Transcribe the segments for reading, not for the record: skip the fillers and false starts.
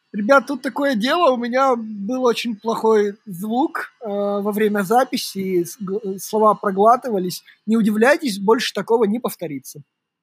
Ребят, тут такое дело, у меня был очень плохой звук во время записи, слова проглатывались. Не удивляйтесь, больше такого не повторится.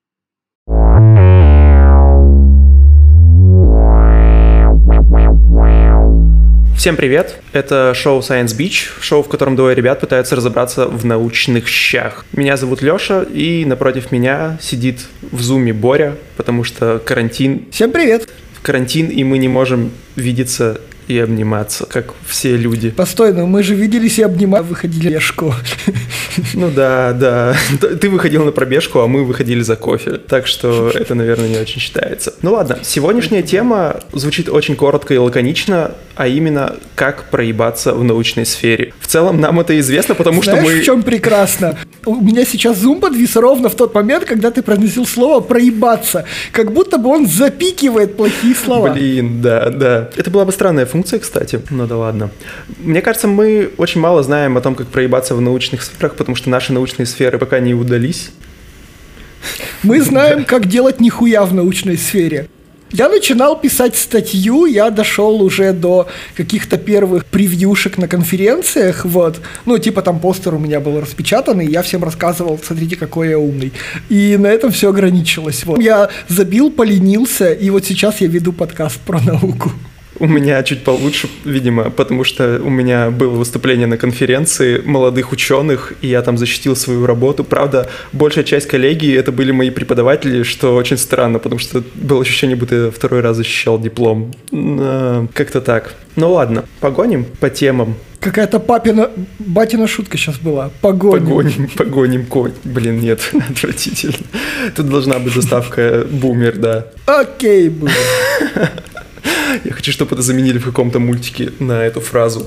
Всем привет! Это шоу Science Beach, шоу, в котором двое ребят пытаются разобраться в научных щах. Меня зовут Лёша, и напротив меня сидит в зуме Боря, потому что карантин. Всем привет! Карантин, и мы не можем видеться и обниматься, как все люди. Постой, но мы же виделись и обнимались, выходили пешку. Ну да. Ты выходил на пробежку, а мы выходили за кофе. Так что это, наверное, не очень считается. Ну ладно, сегодняшняя тема звучит очень коротко и лаконично, а именно, как проебаться в научной сфере. В целом, нам это известно, потому что мы... Знаешь, в чем прекрасно? У меня сейчас зум подвис ровно в тот момент, когда ты произносил слово «проебаться». Как будто бы он запикивает плохие слова. Блин, да. Это была бы странная функция, кстати. Ну да ладно. Мне кажется, мы очень мало знаем о том, как проебаться в научных сферах, потому что наши научные сферы пока не удались. Мы знаем, как делать нихуя в научной сфере. Я начинал писать статью, я дошел уже до каких-то первых превьюшек на конференциях, вот. Ну, типа там постер у меня был распечатанный, я всем рассказывал, смотрите, какой я умный. И на этом все ограничилось, вот. Я забил, поленился, и вот сейчас я веду подкаст про науку. У меня чуть получше, видимо, потому что у меня было выступление на конференции молодых ученых, и я там защитил свою работу. Правда, большая часть коллегий это были мои преподаватели, что очень странно, потому что было ощущение, будто я второй раз защищал диплом. Как-то так. Ну ладно, погоним по темам. Какая-то батина шутка сейчас была. Погоним конь. Блин, нет, отвратительно. Тут должна быть заставка бумер, да. Окей, бумер. Я хочу, чтобы это заменили в каком-то мультике на эту фразу.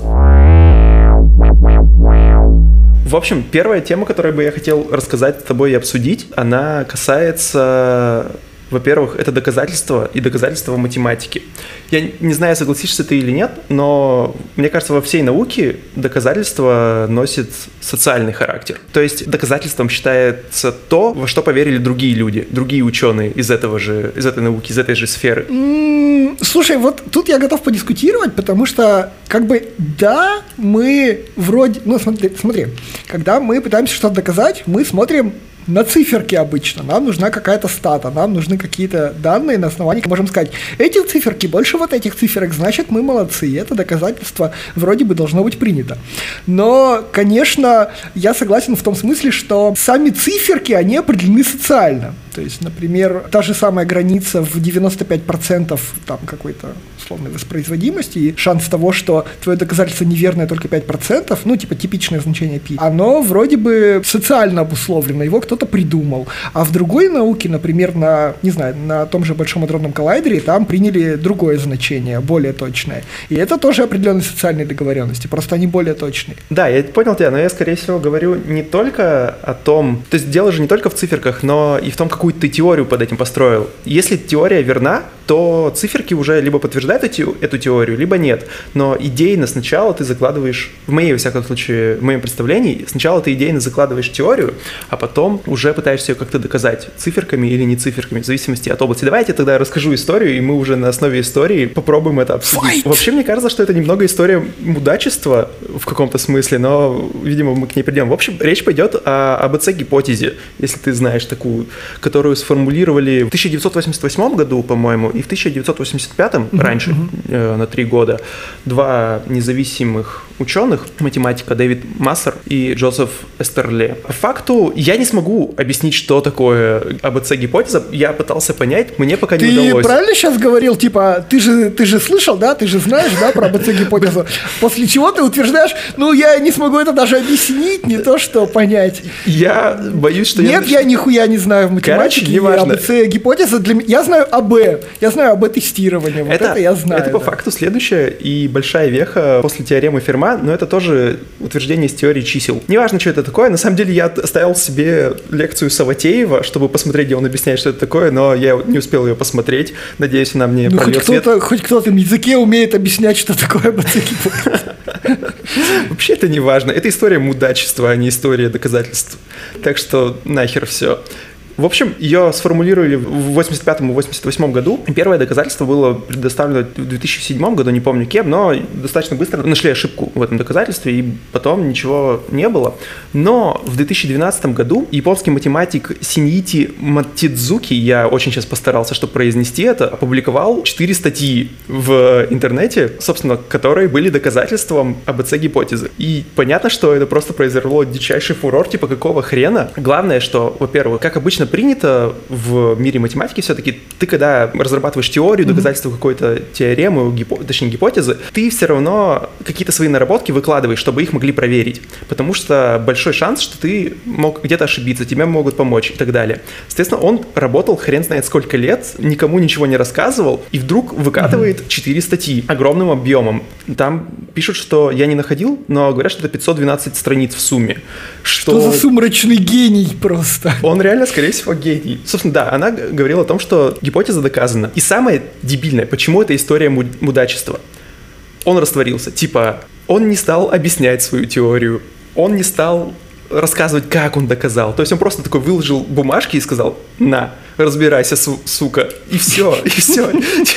В общем, первая тема, которую бы я хотел рассказать с тобой и обсудить, она касается... Во-первых, это доказательства и доказательства математики. Я не знаю, согласишься ты или нет, но мне кажется, во всей науке доказательство носит социальный характер. То есть доказательством считается то, во что поверили другие люди, другие ученые из этой науки, из этой же сферы. Слушай, вот тут я готов подискутировать, потому что, да, мы вроде... Ну, смотри, когда мы пытаемся что-то доказать, мы смотрим на циферки обычно. Нам нужна какая-то стата, нам нужны какие-то данные, на основании можем сказать, эти циферки больше вот этих циферок, значит, мы молодцы, и это доказательство вроде бы должно быть принято. Но, конечно, я согласен в том смысле, что сами циферки, они определены социально. То есть, например, та же самая граница в 95% там какой-то условной воспроизводимости, и шанс того, что твое доказательство неверное, только 5%, ну, типа типичное значение π, оно вроде бы социально обусловлено, его кто-то придумал. А в другой науке, например, на том же Большом адронном коллайдере, там приняли другое значение, более точное. И это тоже определенные социальные договоренности, просто они более точные. Да, я понял тебя, но я, скорее всего, говорю не только о том... То есть дело же не только в циферках, но и в том, какую ты теорию под этим построил. Если теория верна, то циферки уже либо подтверждают эту теорию, либо нет. Но идейно сначала ты закладываешь, в моем представлении, сначала ты идейно закладываешь теорию, а потом уже пытаешься ее как-то доказать циферками или не циферками, в зависимости от области. Давайте тогда я расскажу историю, и мы уже на основе истории попробуем это обсудить. Вообще, мне кажется, что это немного история мудачества в каком-то смысле, но, видимо, мы к ней придем. В общем, речь пойдет о АБЦ-гипотезе, если ты знаешь такую, которую сформулировали в 1988 году, по-моему, и в 1985 раньше, на 3 года, два независимых ученых, математика Дэвид Массер и Джозеф Эстерле. По факту, я не смогу объяснить, что такое АБЦ-гипотеза. Я пытался понять, мне пока не удалось. Ты правильно сейчас говорил, типа, ты же слышал, да, ты же знаешь, да, про АБЦ-гипотезу, после чего ты утверждаешь, я не смогу это даже объяснить, не то что понять. Я боюсь, что Нет, я нихуя не знаю в математике. Неважно. АБЦ-гипотеза для меня... Я знаю АБ-тестирование, вот это я знаю. Это по факту следующая и большая веха после теоремы Ферма, но это тоже утверждение из теории чисел. Неважно, что это такое, на самом деле я оставил себе лекцию Саватеева, чтобы посмотреть, где он объясняет, что это такое, но я не успел ее посмотреть, надеюсь, она мне прольет свет. Хоть кто-то на языке умеет объяснять, что такое АБЦ-гипотеза. Вообще это не важно, это история мудачества, а не история доказательств, так что нахер все. В общем, ее сформулировали в 85-88 году. Первое доказательство было предоставлено в 2007 году, не помню кем, но достаточно быстро нашли ошибку в этом доказательстве, и потом ничего не было. Но в 2012 году японский математик Синьити Матидзуки, я очень сейчас постарался, чтобы произнести это, опубликовал 4 статьи в интернете, собственно, которые были доказательством АБЦ-гипотезы. И понятно, что это просто произвело дичайший фурор, типа какого хрена. Главное, что, во-первых, как обычно принято в мире математики все-таки, ты когда разрабатываешь теорию, доказательства какой-то теоремы, точнее гипотезы, ты все равно какие-то свои наработки выкладываешь, чтобы их могли проверить. Потому что большой шанс, что ты мог где-то ошибиться, тебе могут помочь и так далее. Соответственно, он работал хрен знает сколько лет, никому ничего не рассказывал, и вдруг выкатывает 4 статьи огромным объемом. Там пишут, что я не находил, но говорят, что это 512 страниц в сумме. Что за сумрачный гений просто. Он реально, скорее всего, гений. Собственно, да, она говорила о том, что гипотеза доказана. И самое дебильное, почему это история мудачества? Он растворился. Типа, он не стал объяснять свою теорию, он не стал рассказывать, как он доказал. То есть он просто такой выложил бумажки и сказал: на, разбирайся, сука. И все, и все.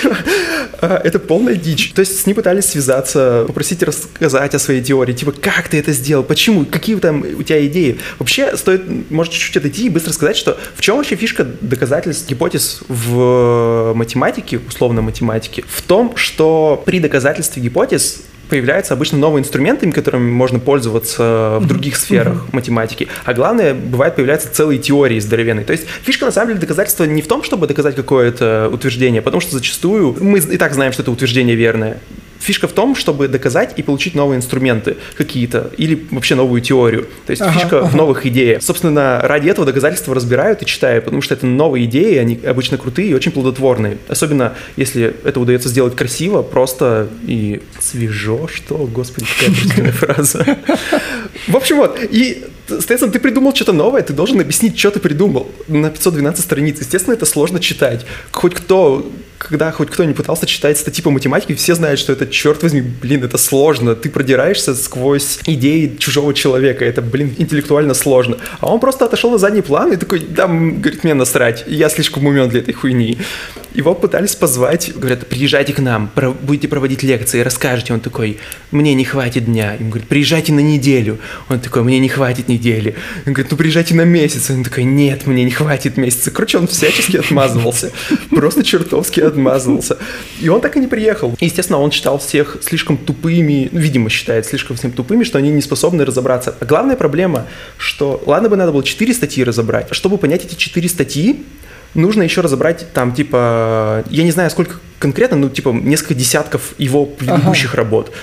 Это полная дичь. То есть с ним пытались связаться, попросить рассказать о своей теории. Типа, как ты это сделал? Почему? Какие там у тебя идеи? Вообще, стоит, может, чуть-чуть отойти и быстро сказать, что в чем вообще фишка доказательств, гипотез в математике, условно математике? В том, что при доказательстве гипотез появляются обычно новые инструменты, которыми можно пользоваться в других сферах математики. А главное, бывает, появляются целые теории здоровенные. То есть фишка, на самом деле, доказательства не в том, чтобы доказать какое-то утверждение, потому что зачастую мы и так знаем, что это утверждение верное. Фишка в том, чтобы доказать и получить новые инструменты какие-то, или вообще новую теорию. То есть фишка в новых идеях. Собственно, ради этого доказательства разбирают и читают, потому что это новые идеи, они обычно крутые и очень плодотворные. Особенно, если это удается сделать красиво, просто и свежо, что, господи, какая красивая фраза. В общем, вот, и, соответственно, ты придумал что-то новое, ты должен объяснить, что ты придумал на 512 страниц. Естественно, это сложно читать. Когда хоть кто не пытался читать статьи по математике, все знают, что это, черт возьми, это сложно. Ты продираешься сквозь идеи чужого человека. Это, интеллектуально сложно. А он просто отошел на задний план и такой: да, говорит, мне насрать, я слишком умен для этой хуйни. Его пытались позвать, говорят: приезжайте к нам, будете проводить лекции, расскажете. Он такой: мне не хватит дня. Им говорят: приезжайте на неделю. Он такой: мне не хватит недели. Он говорит: ну приезжайте на месяц. Он такой: нет, мне не хватит месяца. Короче, он всячески отмазывался. Просто чертовски отмазывался. И он так и не приехал. И, естественно, он считал всех слишком тупыми, видимо, считает слишком всем тупыми, что они не способны разобраться. А главная проблема, что, ладно бы надо было 4 статьи разобрать, чтобы понять эти 4 статьи, нужно еще разобрать там, типа, я не знаю, сколько конкретно, несколько десятков его предыдущих работ,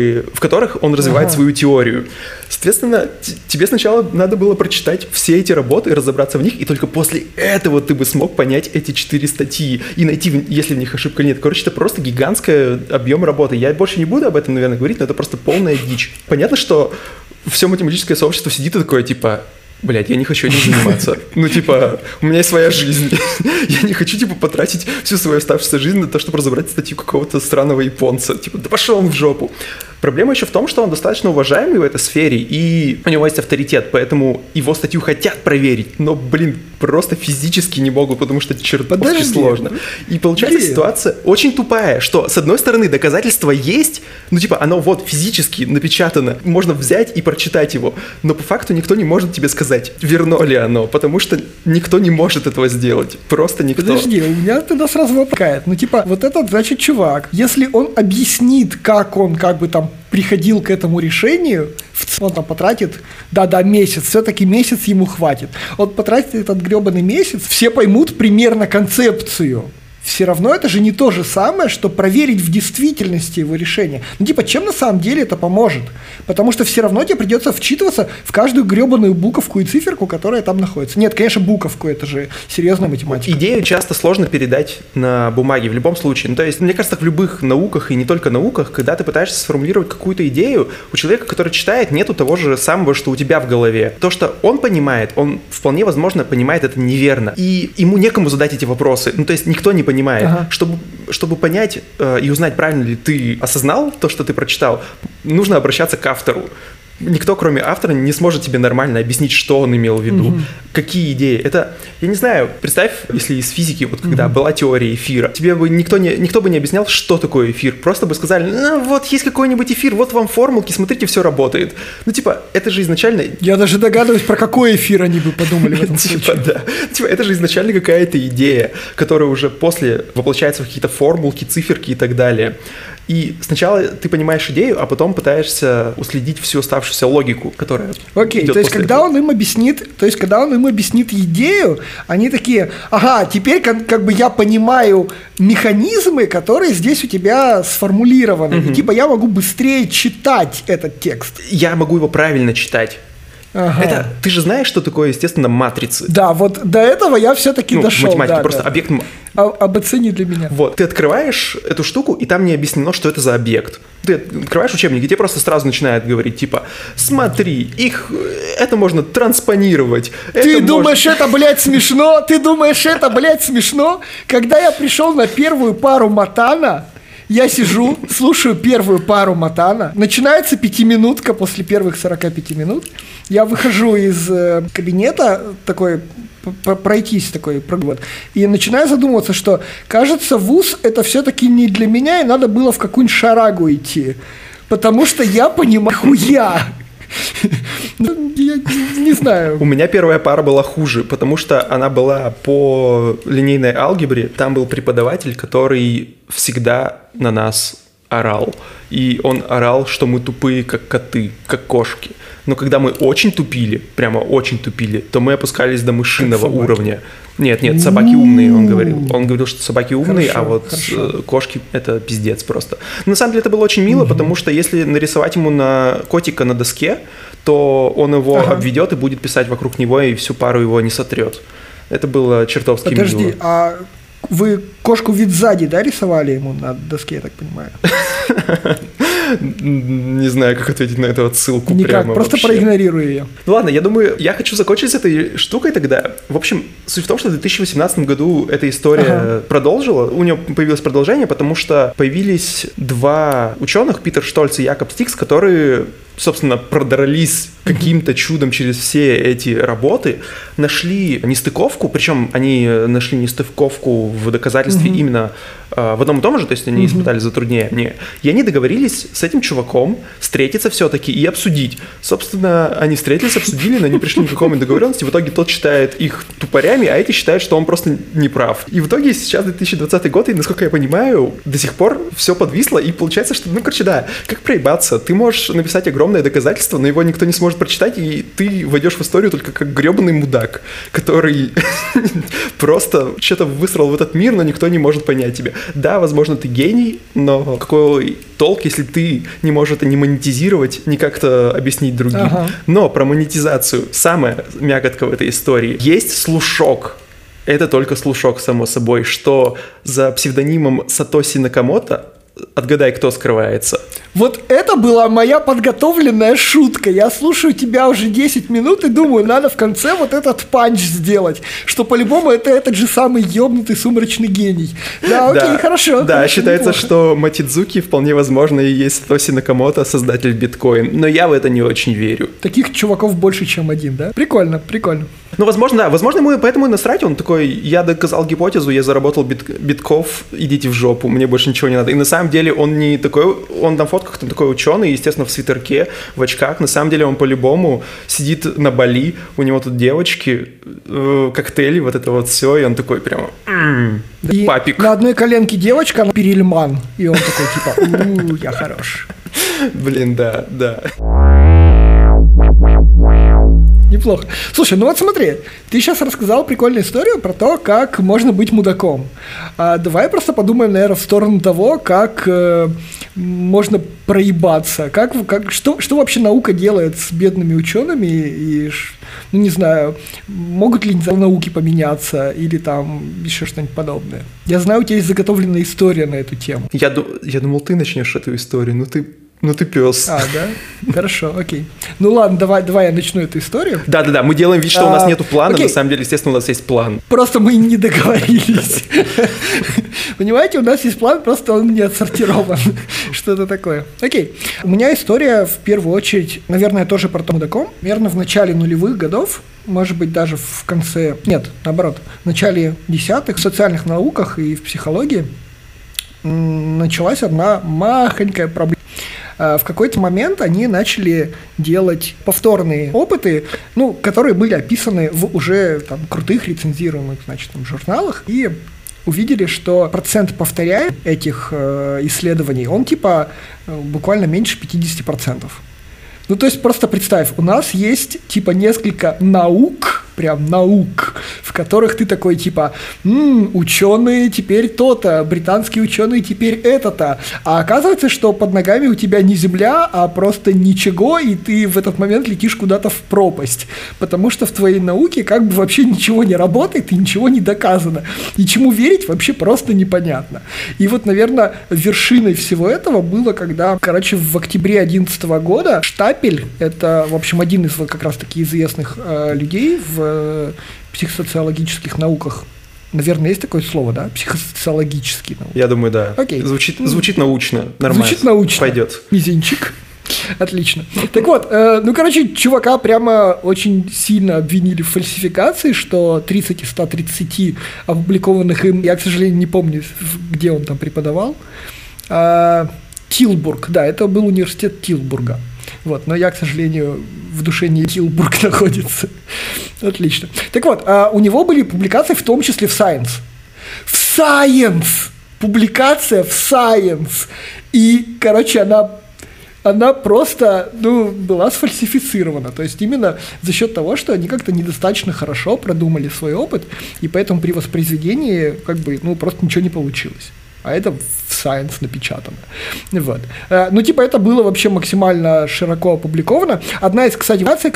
в которых он развивает свою теорию. Соответственно, тебе сначала надо было прочитать все эти работы и разобраться в них, и только после этого ты бы смог понять эти 4 статьи и найти, если в них ошибка нет. Короче, это просто гигантский объем работы. Я больше не буду об этом, наверное, говорить, но это просто полная дичь. Понятно, что все математическое сообщество сидит и такое, типа: блять, я не хочу этим заниматься. У меня есть своя жизнь. Я не хочу, потратить всю свою оставшуюся жизнь на то, чтобы разобрать статью какого-то странного японца. Да пошел он в жопу. Проблема еще в том, что он достаточно уважаемый в этой сфере, и у него есть авторитет, поэтому его статью хотят проверить, но, просто физически не могут, потому что чертовски сложно. И получается ситуация очень тупая, что, с одной стороны, доказательство есть, оно вот физически напечатано, можно взять и прочитать его, но по факту никто не может тебе сказать, верно ли оно, потому что никто не может этого сделать, просто никто. Подожди, у меня тогда сразу вопрос. Вот этот, значит, чувак, если он объяснит, как он приходил к этому решению, он потратит, месяц, все-таки месяц ему хватит. Он потратит этот гребаный месяц, все поймут примерно концепцию. Все равно это же не то же самое, что проверить в действительности его решение. Чем на самом деле это поможет? Потому что все равно тебе придется вчитываться в каждую гребаную буковку и циферку, которая там находится. Нет, конечно, буковку, это же серьезная математика. Идею часто сложно передать на бумаге в любом случае. То есть, мне кажется, в любых науках и не только науках, когда ты пытаешься сформулировать какую-то идею, у человека, который читает, нету того же самого, что у тебя в голове. То, что он понимает, он вполне возможно понимает это неверно. И ему некому задать эти вопросы. То есть, никто не понимает. Чтобы понять и узнать, правильно ли ты осознал то, что ты прочитал, нужно обращаться к автору. никто, кроме автора, не сможет тебе нормально объяснить, что он имел в виду, какие идеи. Это, я не знаю, представь, если из физики, вот когда была теория эфира, тебе бы никто бы не объяснял, что такое эфир. Просто бы сказали, ну вот есть какой-нибудь эфир, вот вам формулки, смотрите, все работает. Ну типа, это же изначально... Я даже догадываюсь, про какой эфир они бы подумали в этом случае. Да. Типа, это же изначально какая-то идея, которая уже после воплощается в какие-то формулки, циферки и так далее. И сначала ты понимаешь идею, а потом пытаешься уследить всю оставшуюся логику, которая Окей, идет то есть, после когда этого. он им объяснит идею, они такие, ага, теперь как бы я понимаю механизмы, которые здесь у тебя сформулированы. И типа я могу быстрее читать этот текст. Я могу его правильно читать. Ага. Ты же знаешь, что такое, естественно, матрицы. Да, вот до этого я все-таки дошел. В математике да, просто да. объект... Обоцени для меня. Вот, ты открываешь эту штуку, и там не объяснено, что это за объект. Ты открываешь учебник, и тебе просто сразу начинают говорить, типа, смотри, это можно транспонировать. Ты думаешь, это, блядь, смешно? Ты думаешь, это, блядь, смешно? Когда я пришел на первую пару Матана, я сижу, слушаю первую пару Матана, начинается 5-минутка после первых 45 минут, я выхожу из кабинета, такой, пройтись такой, вот, и начинаю задумываться, что, кажется, вуз это все-таки не для меня, и надо было в какую-нибудь шарагу идти, потому что я понимаю хуя. Я не знаю. У меня первая пара была хуже, потому что она была по линейной алгебре. Там был преподаватель, который всегда на нас орал. И он орал, что мы тупые, как коты, как кошки. Но когда мы очень тупили, прямо очень тупили, то мы опускались до мышиного уровня. Нет, собаки умные, он говорил. Он говорил, что собаки умные, а вот кошки — это пиздец просто. Но на самом деле это было очень мило, потому что если нарисовать ему на котика на доске, то он его обведет и будет писать вокруг него, и всю пару его не сотрет. Это было чертовски мило. Подожди, а вы кошку вид сзади, да, рисовали ему на доске, я так понимаю? Не знаю, как ответить на эту отсылку. Никак, прямо просто вообще. проигнорируй ее. Ну ладно, я думаю, я хочу закончить с этой штукой тогда. В общем, суть в том, что в 2018 году эта история продолжила. У нее появилось продолжение, потому что появились два ученых, Питер Штольц и Якоб Стикс, которые, собственно, продрались каким-то чудом через все эти работы, нашли нестыковку, причем они нашли нестыковку в доказательстве именно в одном и том же, то есть они испытали затруднения. И они договорились с этим чуваком встретиться все-таки и обсудить. Собственно, они встретились, обсудили, но не пришли ни к какой договоренности. В итоге тот считает их тупорями, а эти считают, что он просто не прав. И в итоге сейчас 2020 год, и, насколько я понимаю, до сих пор все подвисло, и получается, что, да, как проебаться? Ты можешь написать огромное доказательство, но его никто не сможет прочитать, и ты войдешь в историю только как гребаный мудак, который просто что-то высрал в этот мир, но никто не может понять тебя. Да, возможно, ты гений, но какой толк, если ты не можешь это ни монетизировать, ни как-то объяснить другим. Но про монетизацию самая мякотка в этой истории. Есть слушок. Это только слушок, само собой, что за псевдонимом Сатоси Накамото, отгадай, кто скрывается. Вот это была моя подготовленная шутка. Я слушаю тебя уже 10 минут и думаю, надо в конце вот этот панч сделать, что по-любому это этот же самый ёбнутый сумрачный гений. Да, окей, хорошо. Да, хорошо, считается, неплохо. что Мотидзуки вполне возможно и есть Сатоси Накамото, создатель биткоин. Но я в это не очень верю. Таких чуваков больше, чем один, да? Прикольно, прикольно. Ну, возможно, ему поэтому и насрать. Он такой, я доказал гипотезу, я заработал битков, идите в жопу, мне больше ничего не надо. И на самом деле он не такой, он на фотках там такой ученый, естественно, в свитерке, в очках. На самом деле он по-любому сидит на Бали, у него тут девочки, коктейли, вот это вот все, и он такой прямо, И папик. на одной коленке девочка, она перельман. И он такой, типа, я хорош. Блин, да. Неплохо. Слушай, ну вот смотри, ты сейчас рассказал прикольную историю про то, как можно быть мудаком. Давай просто подумаем, наверное, в сторону того, как можно проебаться. Что вообще наука делает с бедными учеными и, ну не знаю, могут ли науки поменяться или там еще что-нибудь подобное. Я знаю, у тебя есть заготовленная история на эту тему. Я думал, ты начнешь эту историю, но ты Ну ты пес. А, да? Хорошо, окей. Ну ладно, давай я начну эту историю. Да, мы делаем вид, что у нас нету плана, на самом деле, естественно, у нас есть план. Просто мы не договорились. Понимаете, у нас есть план, просто он не отсортирован. Что-то такое. Окей. У меня история, в первую очередь, наверное, тоже про Том.com. Наверное, в начале нулевых годов, может быть, даже в конце... Нет, наоборот, в начале десятых в социальных науках и в психологии началась одна махонькая проблема. В какой-то момент они начали делать повторные опыты, ну, которые были описаны в уже там, крутых рецензируемых, значит, там, журналах, и увидели, что процент повторяемых этих исследований, он типа буквально меньше 50%. Ну, то есть просто представь, у нас есть типа несколько наук, прям наук, в которых ты такой типа, ученые теперь то-то, британские ученые теперь это-то, а оказывается, что под ногами у тебя не земля, а просто ничего, и ты в этот момент летишь куда-то в пропасть, потому что в твоей науке как бы вообще ничего не работает и ничего не доказано, и чему верить вообще просто непонятно. И вот, наверное, вершиной всего этого было, когда, короче, в октябре 2011 года Штапель, это, в общем, один из вот как раз-таки известных людей в психосоциологических науках. Наверное, есть такое слово, да? Психосоциологические науки. Я думаю, да. Окей. Звучит научно, нормально. Звучит научно. Пойдет. Мизинчик. Отлично. Так вот, ну, короче, чувака прямо очень сильно обвинили в фальсификации, что 30 из 130 опубликованных им, я, к сожалению, не помню, где он там преподавал, Тилбург, да, это был университет Тилбурга. Вот, но я, к сожалению, в душе не Тилбург находится. Отлично. Так вот, у него были публикации, в том числе в Science. В Science! Публикация в Science! И, короче, она просто, ну, была сфальсифицирована. То есть именно за счет того, что они как-то недостаточно хорошо продумали свой опыт, и поэтому при воспроизведении как бы, ну, просто ничего не получилось. А это в Science напечатано. Вот. Ну, типа, это было вообще максимально широко опубликовано. Одна из, кстати, информаций,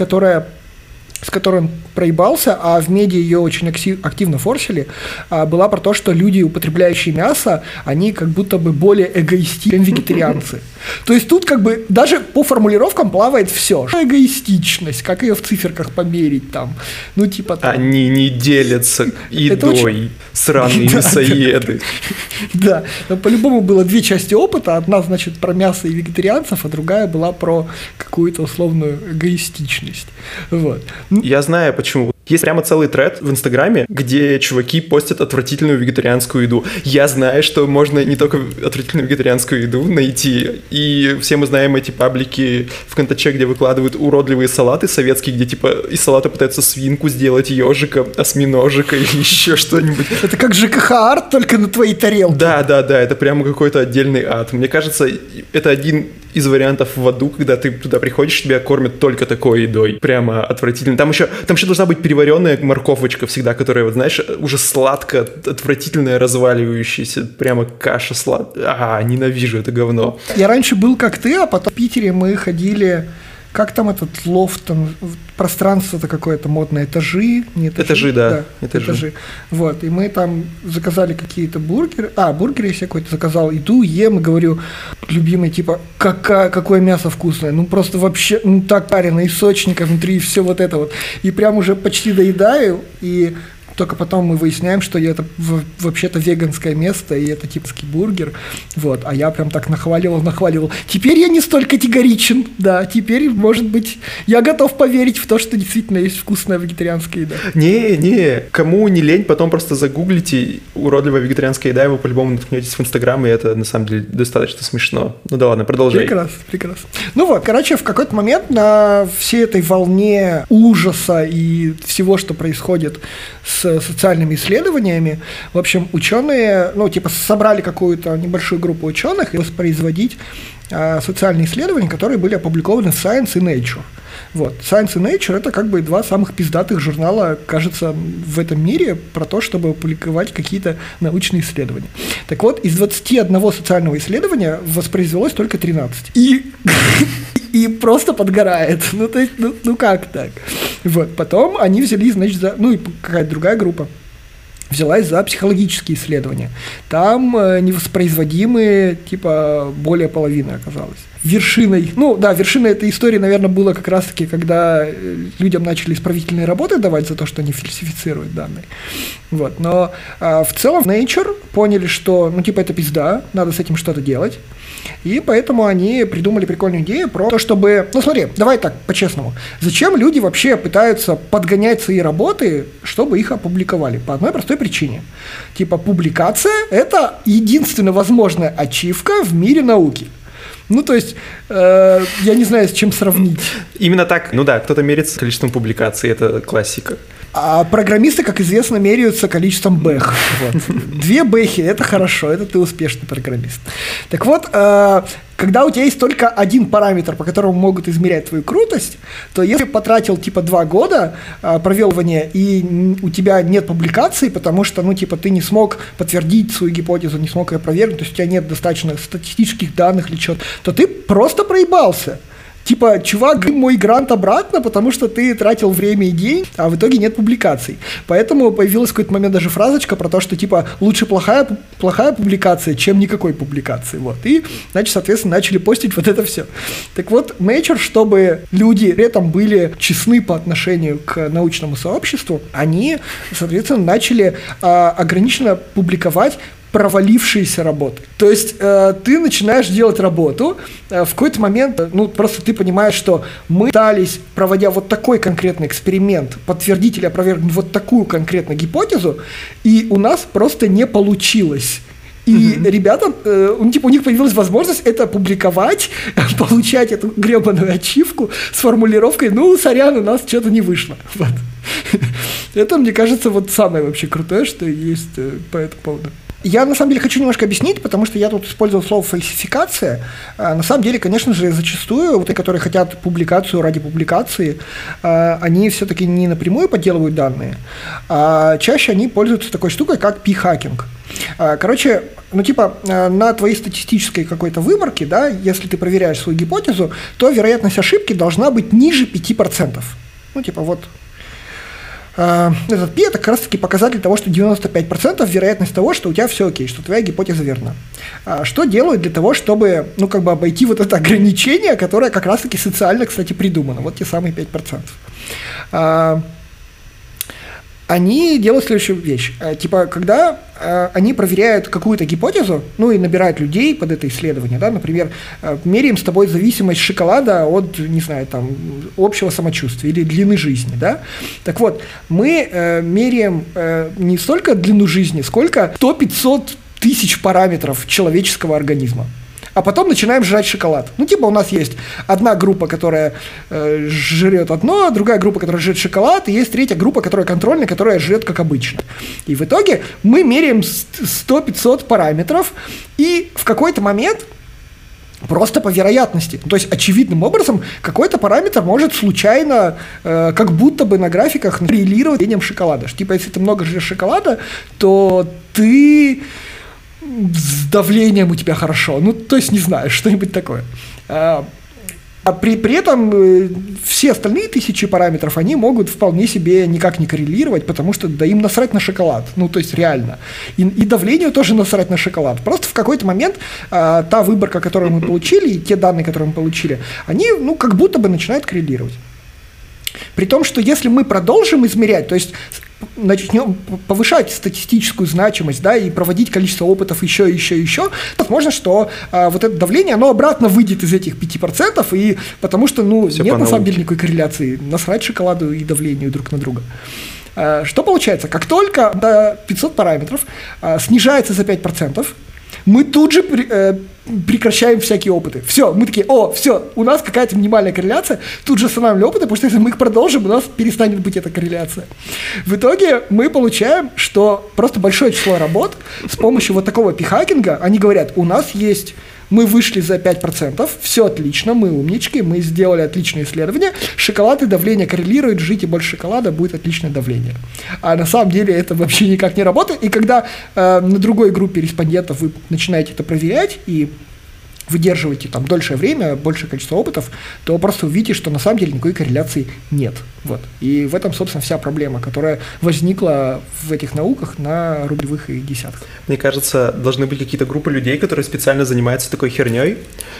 с которой он проебался, а в медиа ее очень активно форсили, была про то, что люди, употребляющие мясо, они как будто бы более эгоистичны, чем вегетарианцы. То есть тут как бы даже по формулировкам плавает все. Эгоистичность, как ее в циферках померить там. Ну, типа... Там. Они не делятся едой, сраные мясоеды. Да, но по-любому было две части опыта. Одна, значит, про мясо и вегетарианцев, а другая была про какую-то условную эгоистичность. Вот. Я знаю, почему. Есть прямо целый тред в Инстаграме, где чуваки постят отвратительную вегетарианскую еду. Я знаю, что можно не только отвратительную вегетарианскую еду найти, и все мы знаем эти паблики в Контаче, где выкладывают уродливые салаты советские, где типа из салата пытаются свинку сделать, ежика, осьминожика или еще что-нибудь. Это как ЖКХ-арт, только на твоей тарелке. Да, это прямо какой-то отдельный ад. Мне кажется, это один из вариантов в аду, когда ты туда приходишь, тебя кормят только такой едой. Прямо отвратительно. Там еще должна быть переваренная морковочка всегда, которая, вот знаешь, уже сладко, отвратительная, разваливающаяся, прямо каша сладкая. Ненавижу это говно. Я раньше был как ты, а потом в Питере мы ходили... Как там этот лофт, там пространство-то какое-то модное, этажи? Не этажи, да. Этажи. Вот, и мы там заказали какие-то бургеры, бургеры я себе какой-то заказал, иду, ем и говорю, любимый, типа, какое мясо вкусное, ну просто вообще, ну так парено, и сочника внутри, и все вот это вот. И прям уже почти доедаю, и... Только потом мы выясняем, что это вообще-то веганское место, и это типский бургер. Вот, а я прям так нахваливал. Теперь я не столь категоричен, да, теперь, может быть, я готов поверить в то, что действительно есть вкусная вегетарианская еда. Не, кому не лень, потом просто загуглите уродливая вегетарианская еда, и вы по-любому наткнетесь в Инстаграм, и это, на самом деле, достаточно смешно. Ну да ладно, продолжай. Прекрасно. Ну вот, короче, в какой-то момент на всей этой волне ужаса и всего, что происходит с социальными исследованиями. В общем, ученые, собрали какую-то небольшую группу ученых и воспроизводить социальные исследования, которые были опубликованы в Science и Nature. Вот. Science и Nature – это как бы два самых пиздатых журнала, кажется, в этом мире про то, чтобы опубликовать какие-то научные исследования. Так вот, из 21 социального исследования воспроизвелось только 13. И просто подгорает. То есть, как так? Вот. Потом они взяли, значит, и какая-то другая группа взялась за психологические исследования. Там невоспроизводимые, типа, более половины оказалось. Вершиной этой истории, наверное, было как раз-таки, когда людям начали исправительные работы давать за то, что они фальсифицируют данные. Вот. Но в целом в Nature поняли, что, это пизда, надо с этим что-то делать. И поэтому они придумали прикольную идею про то, чтобы... Смотри, давай так, по-честному. Зачем люди вообще пытаются подгонять свои работы, чтобы их опубликовали? По одной простой причине. Публикация – это единственная возможная ачивка в мире науки. Я не знаю, с чем сравнить. Именно так, кто-то мерится количеством публикаций, это классика. А программисты, как известно, меряются количеством бэх. 2 бэхи – это хорошо, это ты успешный программист. Так вот, когда у тебя есть только один параметр, по которому могут измерять твою крутость, то если потратил 2 года провелывания, и у тебя нет публикаций, потому что ты не смог подтвердить свою гипотезу, не смог ее проверить, то есть у тебя нет достаточно статистических данных или чего-то, то ты просто проебался. Чувак, мой грант обратно, потому что ты тратил время и деньги, а в итоге нет публикаций. Поэтому появилась в какой-то момент даже фразочка про то, что, лучше плохая публикация, чем никакой публикации. Вот. И, соответственно, начали постить вот это все. Так вот, Nature, чтобы люди при этом были честны по отношению к научному сообществу, они, соответственно, начали ограниченно публиковать провалившиеся работы. То есть ты начинаешь делать работу, в какой-то момент, просто ты понимаешь, что мы пытались, проводя вот такой конкретный эксперимент, подтвердить или опровергнуть вот такую конкретную гипотезу, и у нас просто не получилось. И ребятам, у них появилась возможность это публиковать, получать эту гребаную ачивку с формулировкой сорян, у нас что-то не вышло. Вот. Это, мне кажется, самое вообще крутое, что есть по этому поводу. Я, на самом деле, хочу немножко объяснить, потому что я тут использовал слово «фальсификация». На самом деле, конечно же, зачастую те, которые хотят публикацию ради публикации, они все-таки не напрямую подделывают данные, а чаще они пользуются такой штукой, как p-хакинг. Короче, на твоей статистической какой-то выборке, да, если ты проверяешь свою гипотезу, то вероятность ошибки должна быть ниже 5%. Этот P – это как раз-таки показатель того, что 95% вероятность того, что у тебя все окей, что твоя гипотеза верна. Что делают для того, чтобы обойти вот это ограничение, которое как раз-таки социально, кстати, придумано, вот те самые 5%. Они делают следующую вещь. Когда они проверяют какую-то гипотезу, и набирают людей под это исследование, да, например, меряем с тобой зависимость шоколада от, общего самочувствия или длины жизни, да. Так вот, мы меряем не столько длину жизни, сколько 100-500 тысяч параметров человеческого организма. А потом начинаем жрать шоколад. У нас есть одна группа, которая жрет одно, другая группа, которая жрет шоколад, и есть третья группа, которая контрольная, которая жрет как обычно. И в итоге мы меряем 100-500 параметров, и в какой-то момент просто по вероятности, то есть очевидным образом какой-то параметр может случайно, как будто бы на графиках коррелировать с едением шоколада. Если ты много жрешь шоколада, то ты... с давлением у тебя хорошо, то есть не знаю, что-нибудь такое. А при этом все остальные 1000 параметров, они могут вполне себе никак не коррелировать, потому что да им насрать на шоколад, то есть реально. И давлению тоже насрать на шоколад. Просто в какой-то момент та выборка, которую мы получили, и те данные, которые мы получили, они, как будто бы начинают коррелировать. При том, что если мы продолжим измерять, то есть начнем повышать статистическую значимость, да, и проводить количество опытов еще, возможно, что вот это давление, оно обратно выйдет из этих 5%, и потому что, нет на самом деле никакой корреляции, насрать шоколаду и давлению друг на друга. Что получается? Как только до 500 параметров снижается за 5%, мы тут же прекращаем всякие опыты. Все, мы такие, все, у нас какая-то минимальная корреляция, тут же останавливаем опыты, потому что если мы их продолжим, у нас перестанет быть эта корреляция. В итоге мы получаем, что просто большое число работ с помощью вот такого p-хакинга, они говорят, у нас есть... Мы вышли за 5%, все отлично, мы умнички, мы сделали отличное исследование, шоколад и давление коррелируют, жрите больше шоколада, будет отличное давление. А на самом деле это вообще никак не работает, и когда на другой группе респондентов вы начинаете это проверять, и выдерживаете там дольшее время, большее количество опытов, то просто увидите, что на самом деле никакой корреляции нет. Вот. И в этом, собственно, вся проблема, которая возникла в этих науках на рублевых и десятках. Мне кажется, должны быть какие-то группы людей, которые специально занимаются такой херней,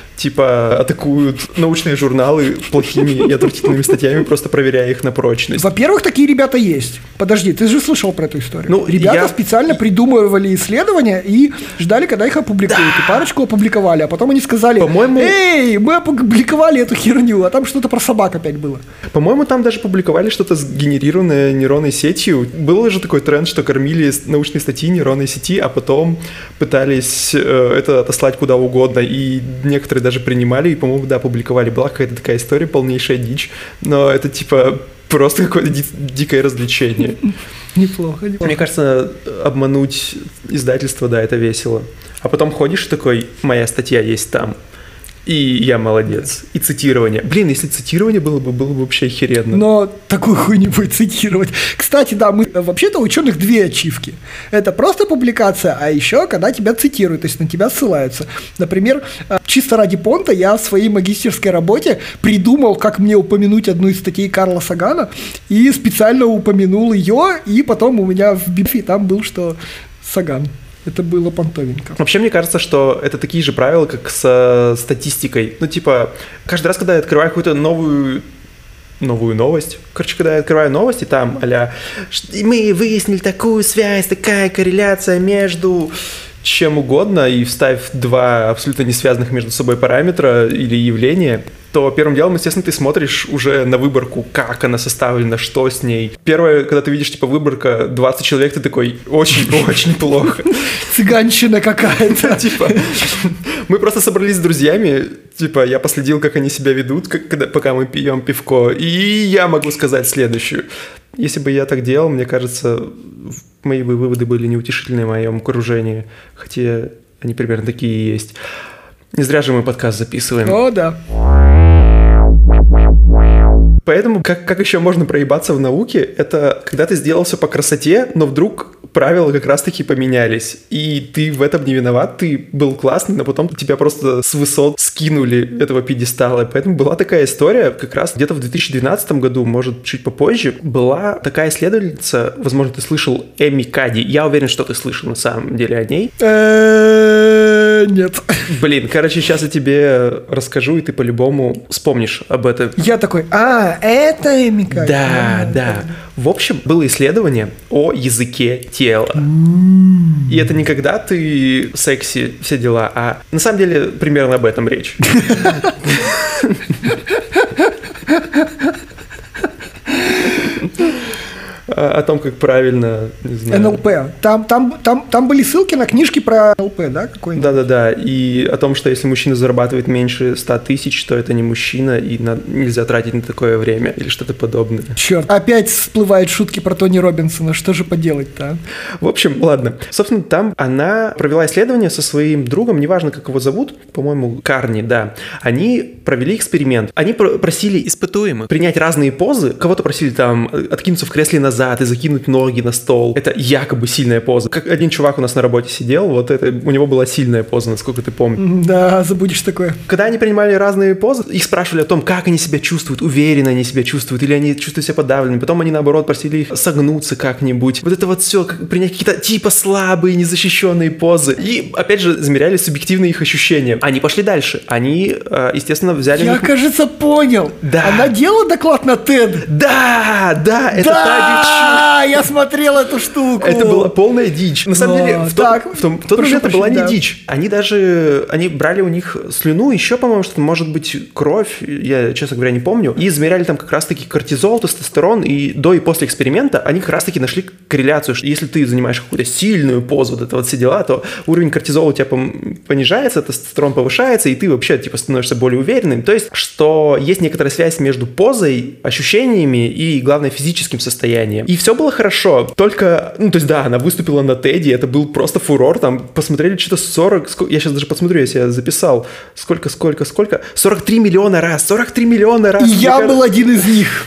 типа атакуют научные журналы плохими и отвратительными статьями, просто проверяя их на прочность. Во-первых, такие ребята есть. Подожди, ты же слышал про эту историю? Ну, ребята специально придумывали исследования и ждали, когда их опубликуют. Да. И парочку опубликовали, а потом они сказали, по-моему... эй, мы опубликовали эту херню, а там что-то про собак опять было. По-моему, там даже публиковали что-то сгенерированное нейронной сетью. Был же такой тренд, что кормили научные статьи нейронной сети, а потом пытались это отослать куда угодно, и некоторые даже принимали, и, по-моему, да, публиковали. Была какая-то такая история, полнейшая дичь, но это типа просто какое-то дикое развлечение. Неплохо. Мне кажется, обмануть издательство, да, это весело. А потом ходишь такой, моя статья есть там, и я молодец. И цитирование. Блин, если цитирование было бы вообще охеренно. Но такую хуйню будет цитировать. Кстати, да, вообще-то у ученых две ачивки. Это просто публикация, а еще когда тебя цитируют, то есть на тебя ссылаются. Например, чисто ради понта я в своей магистерской работе придумал, как мне упомянуть одну из статей Карла Сагана, и специально упомянул ее, и потом у меня в бифе там был, что Саган. Это было понтовенько. Вообще, мне кажется, что это такие же правила, как со статистикой. Ну, типа, каждый раз, когда я открываю какую-то новую новость. Короче, когда я открываю новости, там а-ля мы выяснили такую связь, такая корреляция между чем угодно, и вставь два абсолютно не связанных между собой параметра или явления, то первым делом, естественно, ты смотришь уже на выборку, как она составлена, что с ней. Первое, когда ты видишь, типа, выборка 20 человек, ты такой, очень-очень плохо. Цыганщина какая-то. Типа, мы просто собрались с друзьями, типа, я последил, как они себя ведут, пока мы пьем пивко, и я могу сказать следующую. Если бы я так делал, мне кажется, мои выводы были неутешительны в моем окружении, хотя они примерно такие и есть. Не зря же мы подкаст записываем. О, да. Поэтому как еще можно проебаться в науке, это когда ты сделал все по красоте, но вдруг правила как раз-таки поменялись, и ты в этом не виноват, ты был классный, но потом тебя просто с высот скинули этого пьедестала. Поэтому была такая история, как раз где-то в 2012 году, может, чуть попозже, была такая исследовательница, возможно, ты слышал, Эми Кади. Я уверен, что ты слышал на самом деле о ней. Нет. Блин, короче, сейчас я тебе расскажу, и ты по-любому вспомнишь об этом. Я такой, это Эми Кади. Да. В общем, было исследование о языке тела. И это не когда ты секси, все дела, а на самом деле примерно об этом речь. О том, как правильно, не знаю. НЛП. Там были ссылки на книжки про НЛП, да? Да. И о том, что если мужчина зарабатывает меньше 100 тысяч, то это не мужчина, и нельзя тратить на такое время, или что-то подобное. Черт, опять всплывают шутки про Тони Робинсона. Что же поделать-то? В общем, ладно. Собственно, там она провела исследование со своим другом, неважно, как его зовут, по-моему, Карни, да. Они провели эксперимент. Они просили испытуемых принять разные позы. Кого-то просили там откинуться в кресле назад и закинуть ноги на стол. Это якобы сильная поза. Как один чувак у нас на работе сидел, вот это у него была сильная поза, насколько ты помнишь. Да, забудешь такое. Когда они принимали разные позы, их спрашивали о том, как они себя чувствуют, уверенно они себя чувствуют, или они чувствуют себя подавленными. Потом они, наоборот, просили их согнуться как-нибудь. Вот это вот все, принять какие-то типа слабые, незащищенные позы. И, опять же, замеряли субъективные их ощущения. Они пошли дальше. Они, естественно, взяли... Я, кажется, понял. Да. Она делала доклад на TED? Да, это та дичь. Я смотрел эту штуку. Это была полная дичь. На самом деле, в тот момент это была не дичь. Они брали у них слюну, еще, по-моему, что-то, может быть, кровь, я, честно говоря, не помню, и измеряли там как раз-таки кортизол, тестостерон, и до и после эксперимента они как раз-таки нашли корреляцию, что если ты занимаешь какую-то сильную позу, вот это вот все дела, то уровень кортизола у тебя понижается, тестостерон повышается, и ты вообще, типа, становишься более уверенным. То есть, что есть некоторая связь между позой, ощущениями и, главное, физическим состоянием. выступление. И все было хорошо, только, то есть да, она выступила на Теди, это был просто фурор, там посмотрели что-то 40, я сейчас даже посмотрю, я себе записал, сколько, 43 миллиона раз. И я был один из них.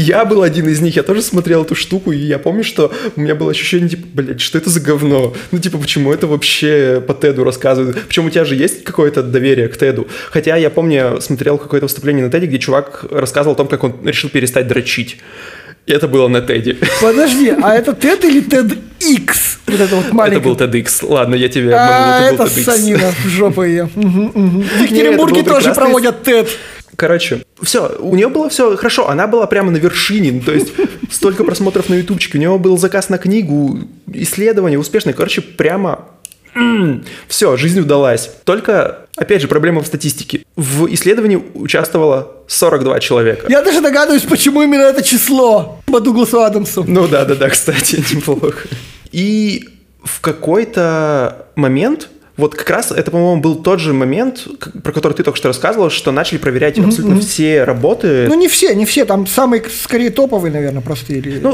Я тоже смотрел эту штуку, и я помню, что у меня было ощущение, типа, блядь, что это за говно? Почему это вообще по Теду рассказывают? Причем у тебя же есть какое-то доверие к Теду? Хотя я помню, я смотрел какое-то выступление на Теди, где чувак рассказывал о том, как он решил перестать дрочить. И это было на Теди. Подожди, а это TED или TEDx? Вот это вот маленькое. Это был TEDx. Ладно, я тебе обманул, это санина в жопу ее. В Екатеринбурге тоже проводят TED. Короче, все, у нее было все хорошо, она была прямо на вершине, то есть столько просмотров на ютубчике, у нее был заказ на книгу, исследование успешное, короче, прямо все, жизнь удалась. Только, опять же, проблема в статистике. В исследовании участвовало 42 человека. Я даже догадываюсь, почему именно это число по Дугласу Адамсу. Ну да, кстати, неплохо. И в какой-то момент... Вот как раз это, по-моему, был тот же момент, про который ты только что рассказывал, что начали проверять абсолютно все работы. Ну, не все, там самые, скорее, топовые, наверное, просто.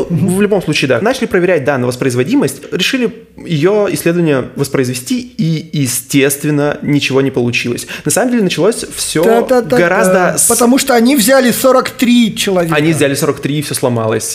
В любом случае, да. Начали проверять, на воспроизводимость, решили ее исследование воспроизвести, и, естественно, ничего не получилось. На самом деле, началось все гораздо... Потому что они взяли 43 человека. Они взяли 43, и все сломалось.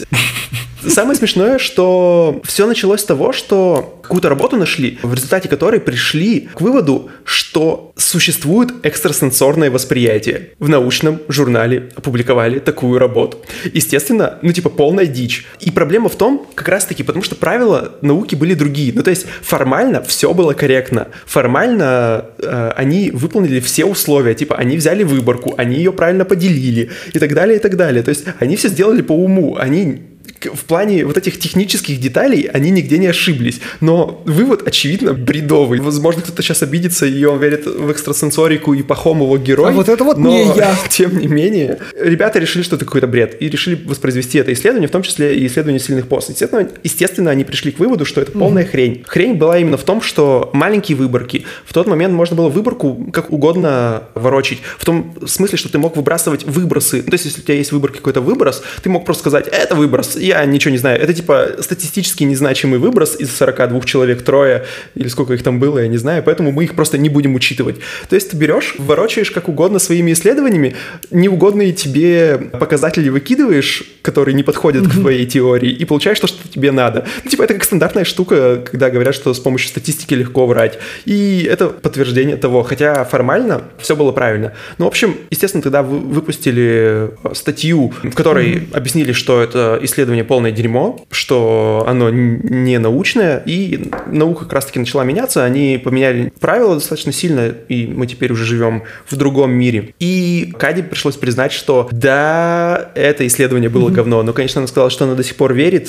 Самое смешное, что все началось с того, что какую-то работу нашли, в результате которой пришли к выводу, что существует экстрасенсорное восприятие. В научном журнале опубликовали такую работу. Естественно, полная дичь. И проблема в том, как раз-таки, потому что правила науки были другие. То есть формально все было корректно. Формально они выполнили все условия. Они взяли выборку, они ее правильно поделили и так далее, и так далее. То есть они все сделали по уму. Они... В плане вот этих технических деталей они нигде не ошиблись. Но вывод, очевидно, бредовый. Возможно, кто-то сейчас обидится, и он верит в экстрасенсорику и Пахом его герой. А вот это вот но, не я. Тем не менее, ребята решили, что это какой-то бред. И решили воспроизвести это исследование, в том числе и исследование сильных поз. Естественно, они пришли к выводу, что это полная хрень. Хрень была именно в том, что маленькие выборки. В тот момент можно было выборку как угодно ворочить. В том смысле, что ты мог выбрасывать выбросы. То есть, если у тебя есть в выборке какой-то выброс, ты мог просто сказать, это выброс, я ничего не знаю. Это статистически незначимый выброс из 42 человек, трое, или сколько их там было, я не знаю, поэтому мы их просто не будем учитывать. То есть ты берешь, ворочаешь как угодно своими исследованиями, неугодные тебе показатели выкидываешь, которые не подходят к твоей теории, и получаешь то, что тебе надо. Это как стандартная штука, когда говорят, что с помощью статистики легко врать. И это подтверждение того, хотя формально все было правильно. В общем, естественно, тогда выпустили статью, в которой объяснили, что это исследование полное дерьмо, что оно не научное, и наука как раз-таки начала меняться, они поменяли правила достаточно сильно, и мы теперь уже живем в другом мире. И Кади пришлось признать, что да, это исследование было говно, но, конечно, она сказала, что она до сих пор верит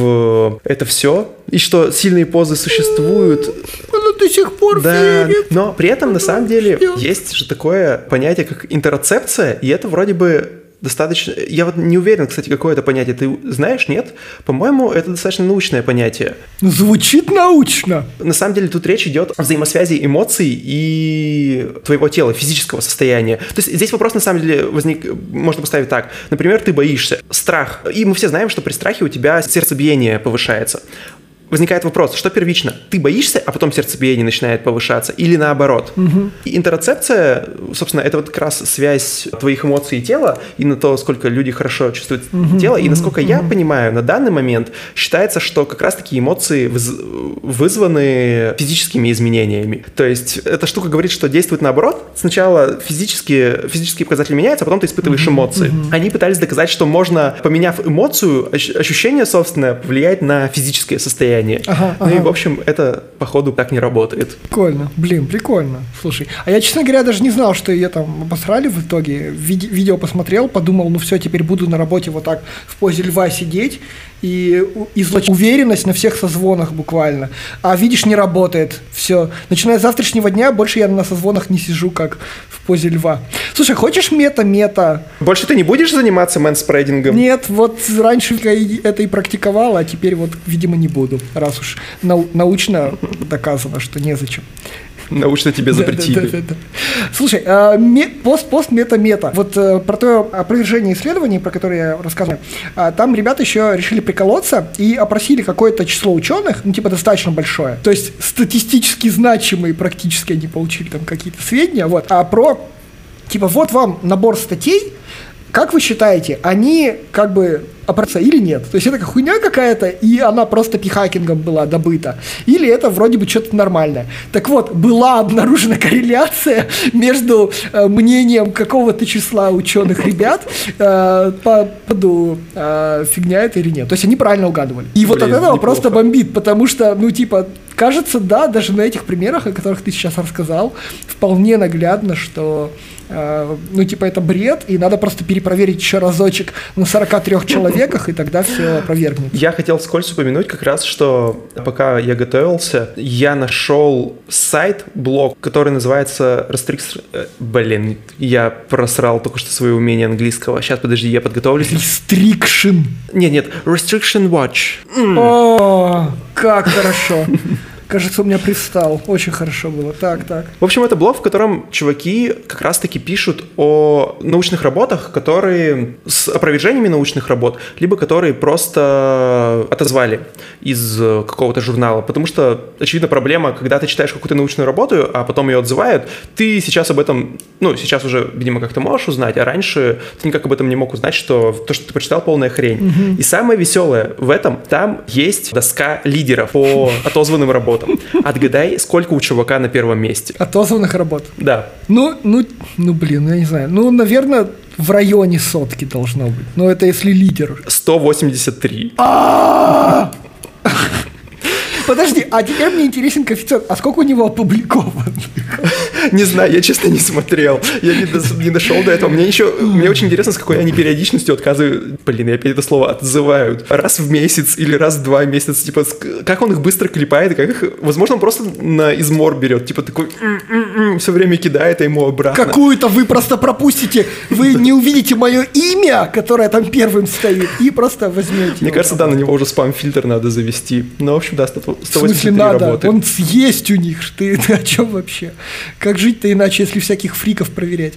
в это все, и что сильные позы существуют. Она до сих пор верит. Но при этом, на самом деле, есть же такое понятие, как интероцепция, и это вроде бы достаточно... Я не уверен, кстати, какое это понятие. Ты знаешь, нет? По-моему, это достаточно научное понятие. Звучит научно. На самом деле тут речь идет о взаимосвязи эмоций и твоего тела, физического состояния. То есть здесь вопрос, на самом деле, можно поставить так. Например, ты боишься. Страх. И мы все знаем, что при страхе у тебя сердцебиение повышается. Возникает вопрос, что первично? Ты боишься, а потом сердцебиение начинает повышаться? Или наоборот? И интероцепция, собственно, это как раз связь твоих эмоций и тела, и на то, сколько люди хорошо чувствуют тело. И насколько я понимаю, на данный момент считается, что как раз-таки эмоции вызваны физическими изменениями. То есть эта штука говорит, что действует наоборот. Сначала физические показатели меняются, а потом ты испытываешь эмоции. Они пытались доказать, что можно, поменяв эмоцию, ощущение, собственно, повлиять на физическое состояние. И, в общем, это, походу, так не работает. Прикольно. Прикольно. Слушай, а я, честно говоря, даже не знал, что ее там обосрали в итоге. Видео посмотрел, подумал, все, теперь буду на работе вот так в позе льва сидеть и излучать уверенность на всех созвонах буквально. А видишь, не работает. Все. Начиная с завтрашнего дня больше я на созвонах не сижу, как в позе льва. Слушай, хочешь мета-мета? Больше ты не будешь заниматься мэнспредингом? Нет, вот раньше я это и практиковала, а теперь вот, видимо, не буду. Раз уж научно доказано, что незачем. Научно тебе запретили. Да. Слушай, пост-мета-мета. Вот про то опровержение исследований, про которое я рассказывал, там ребята еще решили приколоться и опросили какое-то число ученых, ну, типа, достаточно большое. То есть статистически значимые практически они получили там какие-то сведения, вот. А про, типа, вот вам набор статей, как вы считаете, они как бы опросятся или нет? То есть это хуйня какая-то, и она просто пихакингом была добыта? Или это вроде бы что-то нормальное? Так вот, была обнаружена корреляция между мнением какого-то числа ученых ребят по поводу фигня это или нет. То есть они правильно угадывали. И вот от этого просто бомбит, потому что, ну типа, кажется, да, даже на этих примерах, о которых ты сейчас рассказал, вполне наглядно, что ну, типа, это бред, и надо просто перепроверить еще разочек на 43 человеках, и тогда все опровергнется. Я хотел вскользь упомянуть как раз, что пока я готовился, я нашел сайт, блог, который называется Блин, я просрал только что свои умения английского. Сейчас, подожди, я подготовлюсь. Restriction. Нет, Restriction Watch. О, как хорошо. Кажется, у меня пристал. Очень хорошо было. Так. В общем, это блог, в котором чуваки как раз-таки пишут о научных работах, которые с опровержениями научных работ, либо которые просто отозвали из какого-то журнала. Потому что, очевидно, проблема, когда ты читаешь какую-то научную работу, а потом ее отзывают, ты сейчас об этом, ну, сейчас уже, видимо, как-то можешь узнать, а раньше ты никак об этом не мог узнать, что то, что ты прочитал, полная хрень. Mm-hmm. И самое веселое в этом, там есть доска лидеров по отозванным работам. Отгадай, сколько у чувака на первом месте? Отозванных работ? Да. Ну, блин, я не знаю. Ну, наверное, в районе 100 должно быть. Ну, это если лидер. 183. Подожди, а теперь мне интересен коэффициент. А сколько у него опубликовано? Не знаю, я честно не смотрел. Я не дошел до этого. Мне очень интересно, с какой они периодичностью отказывают. Блин, я опять это слово отзывают. Раз в месяц или раз в 2 месяца. Типа, как он их быстро клепает, и как их... Возможно, он просто на измор берет. Типа, такой... все время кидает ему обратно. Какую-то вы просто пропустите. Вы не увидите мое имя, которое там первым стоит, и просто возьмете. Мне кажется, да, на него уже спам-фильтр надо завести. Ну, в общем, да, 183 в смысле надо? работает. Он есть у них. Ты о чем вообще? Как жить-то иначе, если всяких фриков проверять?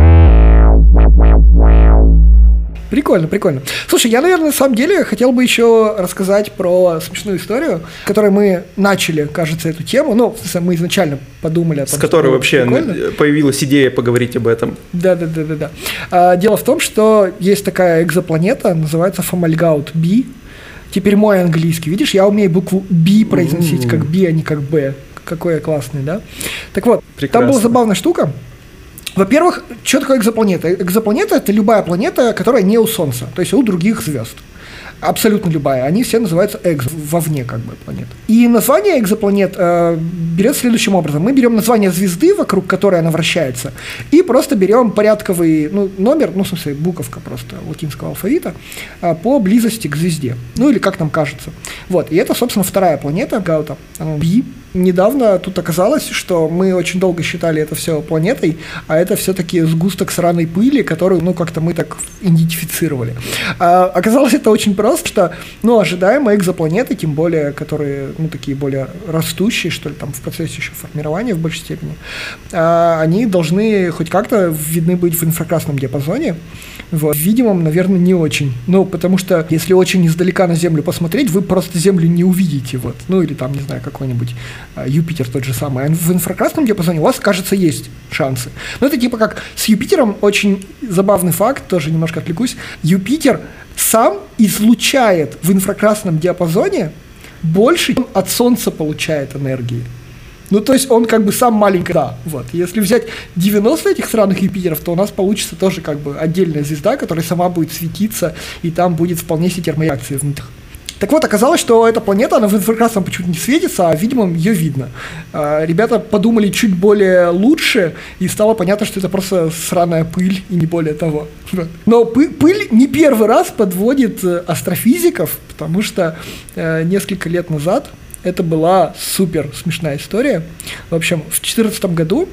Прикольно. Слушай, я, наверное, на самом деле хотел бы еще рассказать про смешную историю, которой мы начали, кажется, эту тему. Ну, в смысле, мы изначально подумали о том, с которой вообще прикольно. Появилась идея поговорить об этом. Да. Дело в том, что есть такая экзопланета, называется Фомальгаут B. Теперь мой английский. Видишь, я умею букву B произносить как B, а не как B. Какой я классный, да? Так вот, прекрасно. Там была забавная штука. Во-первых, что такое экзопланета? Экзопланета – это любая планета, которая не у Солнца, то есть у других звезд. Абсолютно любая. Они все называются вовне как бы планет. И название экзопланет берется следующим образом. Мы берем название звезды, вокруг которой она вращается, и просто берем порядковый номер, в смысле буковка просто латинского алфавита, по близости к звезде. Ну или как нам кажется. Вот. И это, собственно, вторая планета Гаута, B. Недавно тут оказалось, что мы очень долго считали это все планетой, а это все-таки сгусток сраной пыли, которую, как-то мы так идентифицировали. Оказалось это очень просто, что, ожидаемо экзопланеты, тем более, которые, такие более растущие, что ли, там в процессе еще формирования в большей степени, они должны хоть как-то видны быть в инфракрасном диапазоне. Вот. В видимом, наверное, не очень. Потому что, если очень издалека на Землю посмотреть, вы просто Землю не увидите. Вот. Или там, не знаю, какой-нибудь Юпитер тот же самый. А в инфракрасном диапазоне у вас, кажется, есть шансы. Это типа как с Юпитером очень забавный факт, тоже немножко отвлекусь. Юпитер сам излучает в инфракрасном диапазоне больше, чем от Солнца получает энергии. То есть он как бы сам маленький, да, вот. Если взять 90 этих сраных Юпитеров, то у нас получится тоже как бы отдельная звезда, которая сама будет светиться, и там будет вполне себе термореакции внутри. Так вот, оказалось, что эта планета, она в инфракрасном почему-то не светится, а, видимо, ее видно. Ребята подумали чуть более лучше, и стало понятно, что это просто сраная пыль, и не более того. Но пыль не первый раз подводит астрофизиков, потому что несколько лет назад это была супер смешная история. В общем, в 2014 году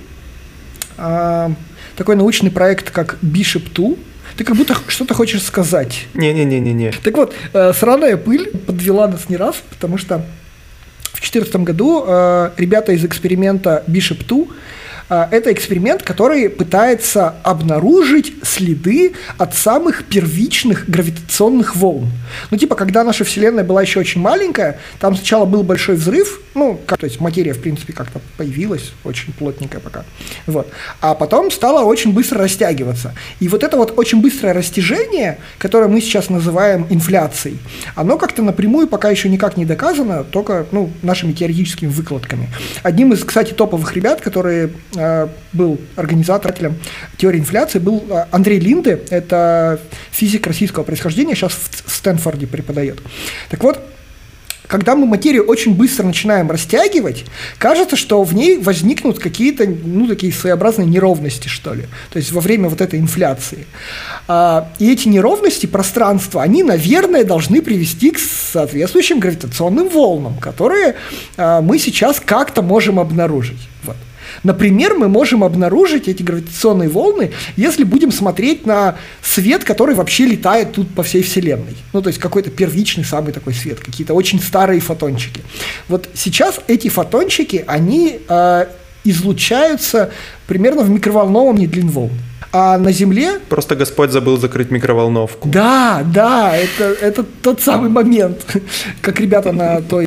такой научный проект, как Bishop-2. Ты как будто что-то хочешь сказать. Не. Так вот, сраная пыль подвела нас не раз, потому что в 2014 году ребята из эксперимента Bishop 2. Это эксперимент, который пытается обнаружить следы от самых первичных гравитационных волн. Ну, типа, когда наша Вселенная была еще очень маленькая, там сначала был большой взрыв, то есть материя, в принципе, как-то появилась, очень плотненькая пока, вот. А потом стала очень быстро растягиваться. И вот это вот очень быстрое растяжение, которое мы сейчас называем инфляцией, оно как-то напрямую пока еще никак не доказано, только, нашими теоретическими выкладками. Одним из, кстати, топовых ребят, который был организатором теории инфляции, был Андрей Линде, это физик российского происхождения, сейчас в Стэнфорде преподает. Так вот, когда мы материю очень быстро начинаем растягивать, кажется, что в ней возникнут какие-то, такие своеобразные неровности, что ли. То есть во время вот этой инфляции. И эти неровности пространства, они, наверное, должны привести к соответствующим гравитационным волнам, которые мы сейчас как-то можем обнаружить. Вот. Например, мы можем обнаружить эти гравитационные волны, если будем смотреть на свет, который вообще летает тут по всей Вселенной. То есть какой-то первичный самый такой свет, какие-то очень старые фотончики. Вот сейчас эти фотончики, они излучаются примерно в микроволновом длин-волн. А на Земле... Просто Господь забыл закрыть микроволновку. Да, это тот самый момент, как ребята на той...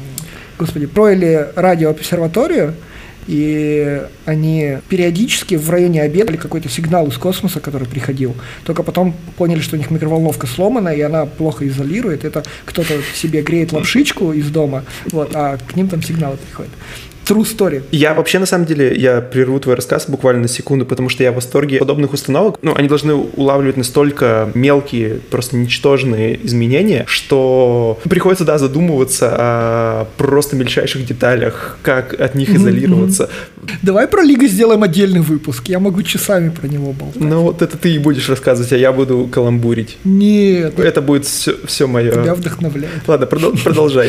провели радиообсерваторию, и они периодически в районе обеда какой-то сигнал из космоса, который приходил. Только потом поняли, что у них микроволновка сломана, и она плохо изолирует. Это кто-то себе греет лапшичку из дома, а к ним там сигналы приходят. True story. Я вообще, на самом деле, я прерву твой рассказ буквально на секунду, потому что я в восторге подобных установок. Они должны улавливать настолько мелкие, просто ничтожные изменения, что приходится, задумываться о просто мельчайших деталях, как от них изолироваться. Давай про Лигу сделаем отдельный выпуск. Я могу часами про него болтать. Вот это ты и будешь рассказывать, а я буду каламбурить. Нет. Это будет все мое. Тебя вдохновляет. Ладно, продолжай.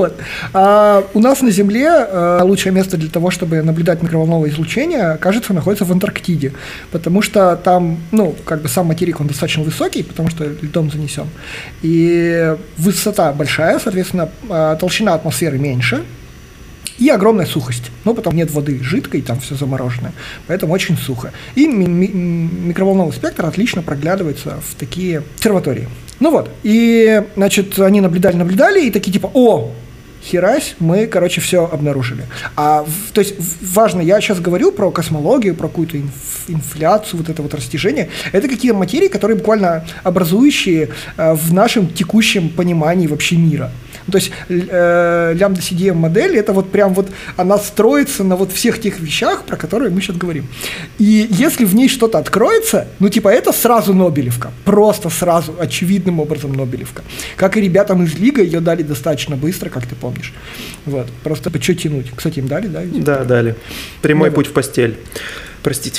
У нас на Земле лучшее место для того, чтобы наблюдать микроволновое излучение, кажется, находится в Антарктиде, потому что там, сам материк, он достаточно высокий, потому что льдом занесен, и высота большая, соответственно, толщина атмосферы меньше, и огромная сухость. Потом нет воды жидкой, там все замороженное, поэтому очень сухо. И микроволновый спектр отлично проглядывается в такие обсерватории. И, они наблюдали, и такие типа, херась, мы, все обнаружили. То есть важно, я сейчас говорю про космологию, про какую-то инфляцию, вот это вот растяжение. Это какие-то материи, которые буквально образующие в нашем текущем понимании вообще мира. То есть лямбда CDM модель, это она строится на всех тех вещах, про которые мы сейчас говорим. И если в ней что-то откроется, это сразу Нобелевка. Просто сразу, очевидным образом Нобелевка. Как и ребятам из Лига, ее дали достаточно быстро, как ты помнишь. Просто что тянуть? Кстати, им дали, да? Да, дали. Прямой путь в постель. Простите.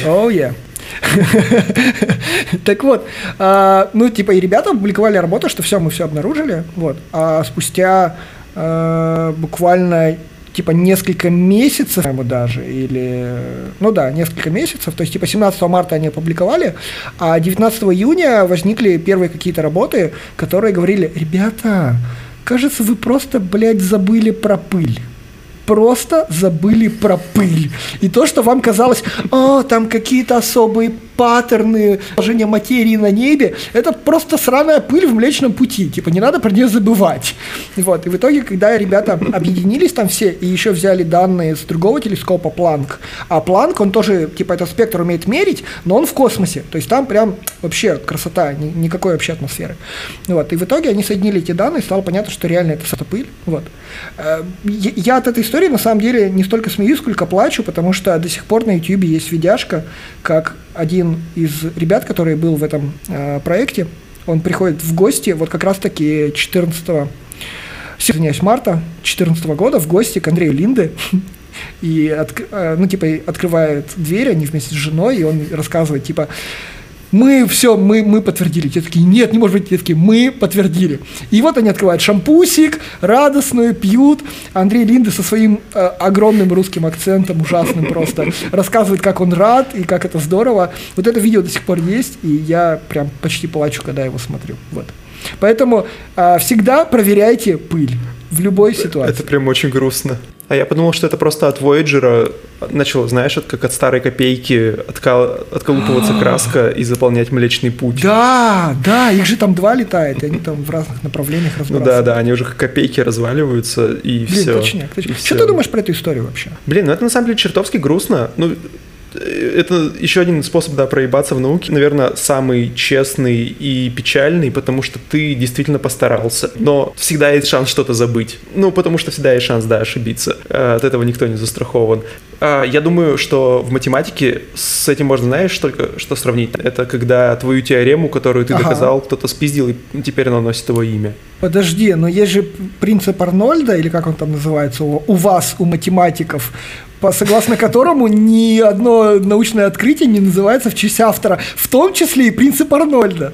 Так вот, и ребята опубликовали работу, что мы все обнаружили, а спустя буквально несколько месяцев, даже, несколько месяцев, то есть 17 марта они опубликовали, а 19 июня возникли первые какие-то работы, которые говорили: ребята, кажется, вы просто, забыли про пыль. Просто забыли про пыль. И то, что вам казалось, там какие-то особые паттерны положения материи на небе, это просто сраная пыль в Млечном Пути. Не надо про нее забывать. И в итоге, когда ребята объединились там все и еще взяли данные с другого телескопа Планк, а Планк, он тоже, этот спектр умеет мерить, но он в космосе. То есть там прям вообще красота, никакой вообще атмосферы. И в итоге они соединили эти данные, и стало понятно, что реально это пыль. Я от этой истории, на самом деле, не столько смеюсь, сколько плачу, потому что до сих пор на YouTube есть видяшка, как один из ребят, который был в этом проекте, он приходит в гости, как раз-таки 14 марта 2014 года в гости к Андрею Линде, и открывает дверь, они вместе с женой, и он рассказывает, мы подтвердили. Те такие: нет, не может быть. Те такие: мы подтвердили. И они открывают шампусик, радостную, пьют. Андрей Линде со своим огромным русским акцентом, ужасным просто, рассказывает, как он рад и как это здорово. Это видео до сих пор есть, и я прям почти плачу, когда его смотрю. Поэтому всегда проверяйте пыль. В любой ситуации. Это прям очень грустно. А я подумал, что это просто от Voyager начало, знаешь, как от старой копейки отколупываться краска и заполнять Млечный Путь. Да, их же там 2 летает, и они там в разных направлениях разбрасываются. Да, они уже как копейки разваливаются, и все. Точняк. Что ты думаешь про эту историю вообще? Это на самом деле чертовски грустно. Это еще один способ, проебаться в науке. Наверное, самый честный и печальный, потому что ты действительно постарался. Но всегда есть шанс что-то забыть. Потому что всегда есть шанс, ошибиться. От этого никто не застрахован. Я думаю, что в математике с этим можно, знаешь, только что сравнить. Это когда твою теорему, которую ты доказал, кто-то спиздил, и теперь она носит его имя. Подожди, но есть же принцип Арнольда, или как он там называется, у вас, у математиков, согласно которому ни одно научное открытие не называется в честь автора, в том числе и принцип Арнольда.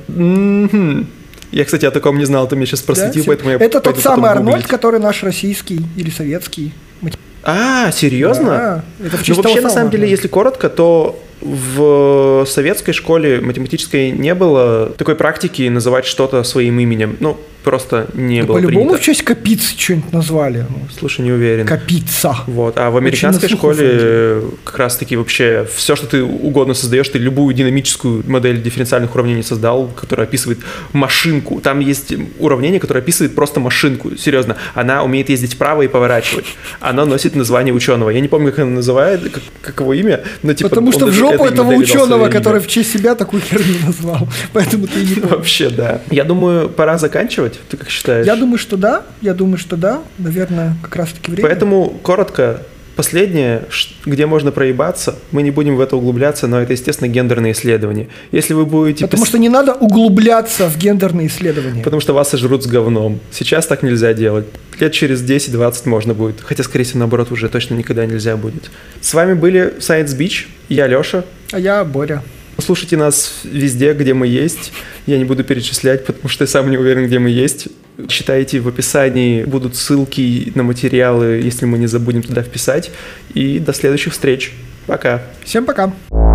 Я, кстати, о таком не знал, ты меня сейчас просветил, поэтому я это тот самый Арнольд, который наш российский или советский математик. Серьезно? Да, это в честь вообще, на самом деле, если коротко, то в советской школе математической не было такой практики называть что-то своим именем. Просто не было по-любому принято. В честь Капицы что-нибудь назвали. Слушай, не уверен. Капица. А в американской школе как раз-таки вообще все, что ты угодно создаешь, ты любую динамическую модель дифференциальных уравнений создал, которая описывает машинку. Там есть уравнение, которое описывает просто машинку. Серьезно. Она умеет ездить вправо и поворачивать. Она носит название ученого. Я не помню, как она называет, как его имя. Но, потому что в жопу этого ученого, который в честь себя такую херню назвал. Поэтому ты не помнишь. Вообще, да. Я думаю, пора заканчивать. Ты как считаешь? Я думаю, что да. Наверное, как раз-таки время. Поэтому, коротко, последнее, где можно проебаться, мы не будем в это углубляться, но это, естественно, гендерные исследования. Если вы будете... Потому что не надо углубляться в гендерные исследования. Потому что вас сожрут с говном. Сейчас так нельзя делать. Лет через 10-20 можно будет. Хотя, скорее всего, наоборот, уже точно никогда нельзя будет. С вами были Science Beach. Я Леша. А я Боря. Слушайте нас везде, где мы есть. Я не буду перечислять, потому что я сам не уверен, где мы есть. Читайте в описании, будут ссылки на материалы, если мы не забудем туда вписать. И до следующих встреч. Пока. Всем пока.